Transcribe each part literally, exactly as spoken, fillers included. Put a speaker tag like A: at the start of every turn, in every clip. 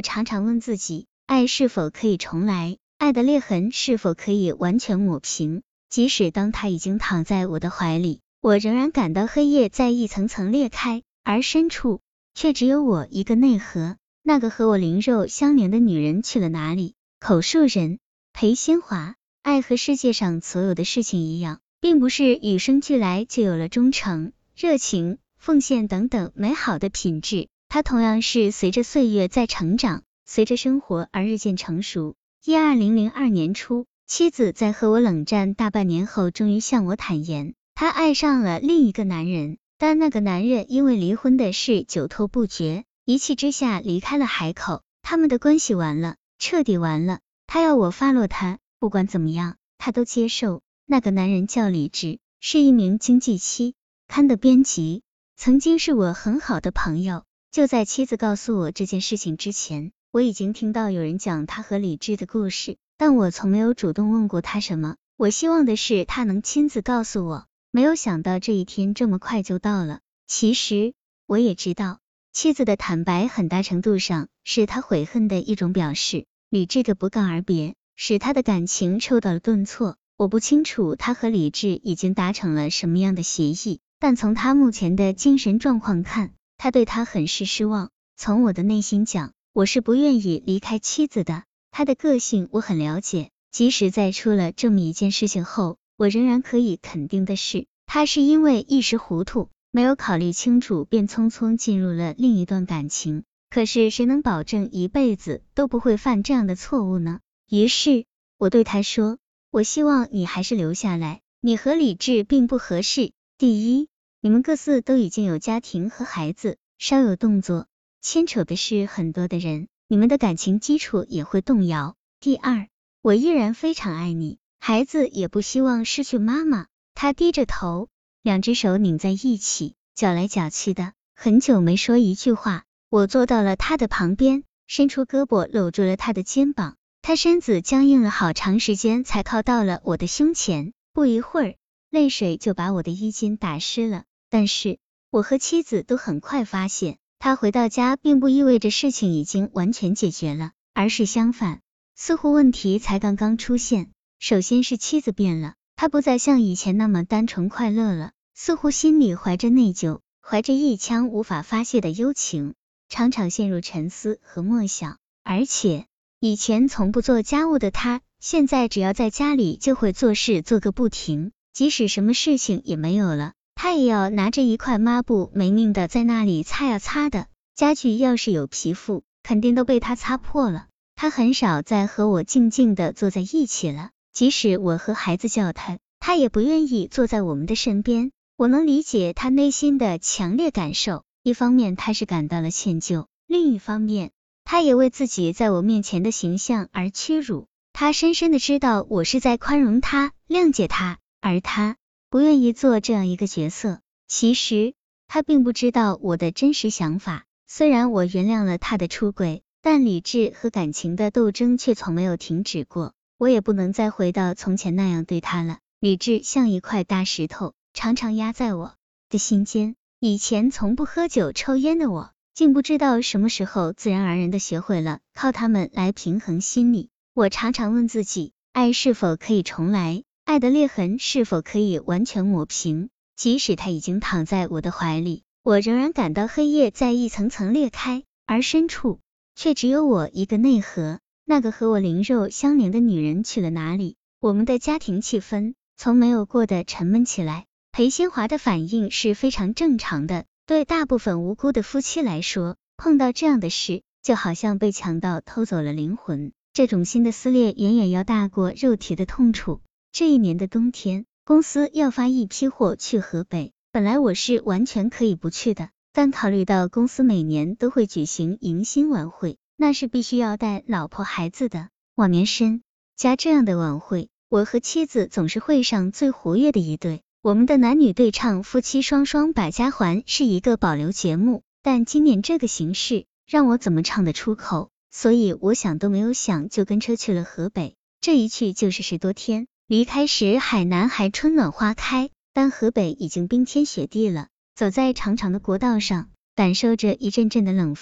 A: 常常问自己，爱是否可以重来？爱的裂痕是否可以完全抹平？即使当它已经躺在我的怀里，我仍然感到黑夜在一层层裂开，而深处却只有我一个内核。那个和我灵肉相连的女人去了哪里？口述人裴新华。爱和世界上所有的事情一样，并不是与生俱来就有了忠诚、热情、奉献等等美好的品质，它同样是随着岁月在成长，随着生活而日渐成熟。一二零零二年初，妻子在和我冷战大半年后，终于向我坦言，她爱上了另一个男人，但那个男人因为离婚的事久拖不决，一气之下离开了海口，他们的关系完了，彻底完了。他要我发落他，不管怎么样，他都接受。那个男人叫李志，是一名经济期刊的编辑，曾经是我很好的朋友。就在妻子告诉我这件事情之前，我已经听到有人讲他和李志的故事，但我从没有主动问过他什么。我希望的是他能亲自告诉我，没有想到这一天这么快就到了。其实我也知道，妻子的坦白很大程度上是他悔恨的一种表示。李志的不告而别，使他的感情受到了顿挫。我不清楚他和李志已经达成了什么样的协议，但从他目前的精神状况看，他对他很是失望。从我的内心讲，我是不愿意离开妻子的。他的个性我很了解，即使在出了这么一件事情后，我仍然可以肯定的是，他是因为一时糊涂，没有考虑清楚，便匆匆进入了另一段感情。可是谁能保证一辈子都不会犯这样的错误呢？于是我对他说，我希望你还是留下来，你和李志并不合适。第一，你们各自都已经有家庭和孩子，稍有动作，牵扯的是很多的人，你们的感情基础也会动摇。第二，我依然非常爱你，孩子也不希望失去妈妈。他低着头，两只手拧在一起，搅来搅去的，很久没说一句话。我坐到了他的旁边，伸出胳膊搂住了他的肩膀，他身子僵硬了好长时间，才靠到了我的胸前。不一会儿，泪水就把我的衣襟打湿了。但是我和妻子都很快发现，他回到家并不意味着事情已经完全解决了，而是相反，似乎问题才刚刚出现。首先是妻子变了，她不再像以前那么单纯快乐了，似乎心里怀着内疚，怀着一腔无法发泄的忧情，常常陷入沉思和默想。而且以前从不做家务的他，现在只要在家里就会做事做个不停，即使什么事情也没有了，他也要拿着一块抹布没命的在那里擦呀擦的，家具要是有皮肤，肯定都被他擦破了。他很少再和我静静的坐在一起了，即使我和孩子叫他，他也不愿意坐在我们的身边。我能理解他内心的强烈感受，一方面他是感到了歉疚，另一方面他也为自己在我面前的形象而屈辱。他深深的知道我是在宽容他，谅解他，而他不愿意做这样一个角色。其实他并不知道我的真实想法，虽然我原谅了他的出轨，但理智和感情的斗争却从没有停止过。我也不能再回到从前那样对他了。理智像一块大石头，常常压在我的心间。以前从不喝酒抽烟的我，竟不知道什么时候自然而然的学会了靠他们来平衡心理。我常常问自己，爱是否可以重来？爱的裂痕是否可以完全抹平？即使他已经躺在我的怀里，我仍然感到黑夜在一层层裂开，而深处却只有我一个内核。那个和我灵肉相连的女人去了哪里？我们的家庭气氛从没有过的沉闷起来。裴新华的反应是非常正常的，对大部分无辜的夫妻来说，碰到这样的事，就好像被强盗偷走了灵魂，这种心的撕裂远远要大过肉体的痛楚。这一年的冬天，公司要发一批货去河北，本来我是完全可以不去的，但考虑到公司每年都会举行迎新晚会，那是必须要带老婆孩子的。往年参加这样的晚会，我和妻子总是会上最活跃的一对。我们的男女对唱夫妻双双百家环是一个保留节目，但今年这个形式让我怎么唱得出口，所以我想都没有想就跟车去了河北。这一去就是十多天，离开时海南还春暖花开，但河北已经冰天雪地了。走在长长的国道上，感受着一阵阵的冷风，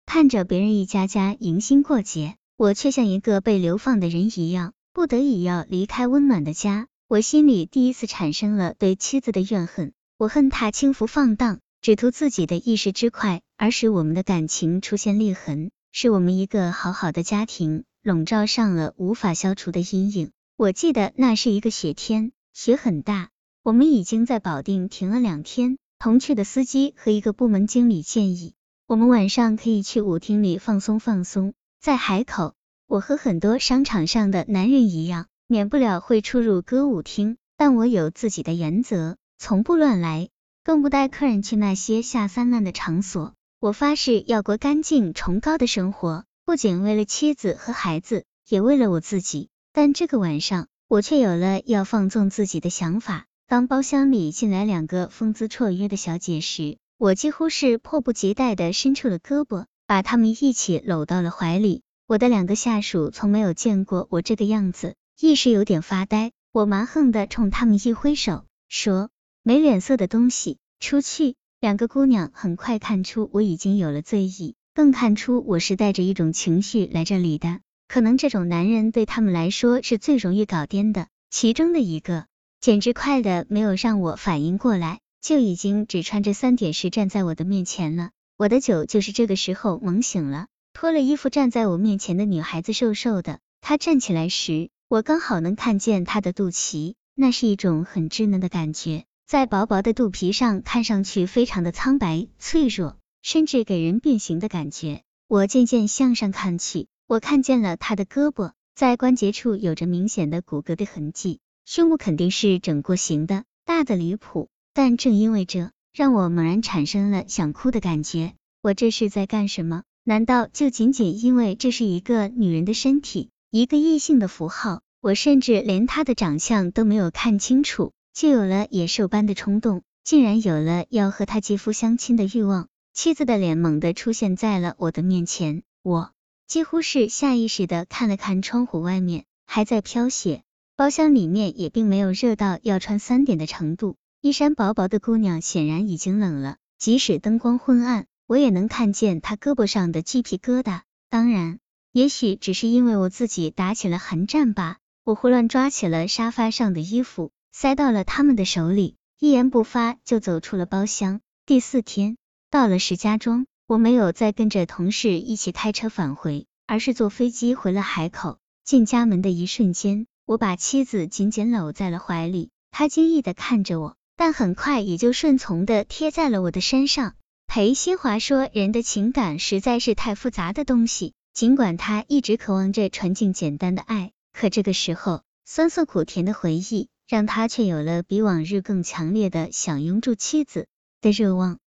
A: 看着别人一家家迎新过节，我却像一个被流放的人一样，不得已要离开温暖的家。我心里第一次产生了对妻子的怨恨，我恨他轻浮放荡，只图自己的一时之快，而使我们的感情出现裂痕，是我们一个好好的家庭笼罩上了无法消除的阴影。我记得那是一个雪天，雪很大，我们已经在保定停了两天。同去的司机和一个部门经理建议，我们晚上可以去舞厅里放松放松。在海口，我和很多商场上的男人一样，免不了会出入歌舞厅，但我有自己的原则，从不乱来，更不带客人去那些下三滥的场所。我发誓要过干净崇高的生活，不仅为了妻子和孩子，也为了我自己。但这个晚上，我却有了要放纵自己的想法。当包厢里进来两个风姿绰约的小姐时，我几乎是迫不及待地伸出了胳膊，把她们一起搂到了怀里。我的两个下属从没有见过我这个样子，一时有点发呆。我蛮横地冲他们一挥手，说：没脸色的东西，出去。两个姑娘很快看出我已经有了醉意，更看出我是带着一种情绪来这里的。可能这种男人对他们来说是最容易搞颠的，其中的一个简直快的没有让我反应过来，就已经只穿着三点式站在我的面前了。我的酒就是这个时候猛醒了，脱了衣服站在我面前的女孩子瘦瘦的，她站起来时，我刚好能看见她的肚脐，那是一种很稚嫩的感觉，在薄薄的肚皮上看上去非常的苍白脆弱，甚至给人变形的感觉。我渐渐向上看去，我看见了她的胳膊，在关节处有着明显的骨骼的痕迹，胸部肯定是整过型的，大的离谱，但正因为这，让我猛然产生了想哭的感觉。我这是在干什么？难道就仅仅因为这是一个女人的身体，一个异性的符号，我甚至连她的长相都没有看清楚，就有了野兽般的冲动，竟然有了要和她肌肤相亲的欲望。妻子的脸猛地出现在了我的面前，我几乎是下意识的看了看窗户外面，还在飘雪。包厢里面也并没有热到要穿三点的程度，衣衫薄薄的姑娘显然已经冷了，即使灯光昏暗，我也能看见她胳膊上的鸡皮疙瘩。当然，也许只是因为我自己打起了寒战吧，我胡乱抓起了沙发上的衣服，塞到了他们的手里，一言不发就走出了包厢。第四天，到了石家庄，我没有再跟着同事一起开车返回，而是坐飞机回了海口。进家门的一瞬间，我把妻子紧紧搂在了怀里，她惊异的看着我，但很快也就顺从的贴在了我的身上。裴新华说，人的情感实在是太复杂的东西，尽管他一直渴望着纯净简单的爱，可这个时候，酸涩苦甜的回忆，让他却有了比往日更强烈的想拥住妻子的热望。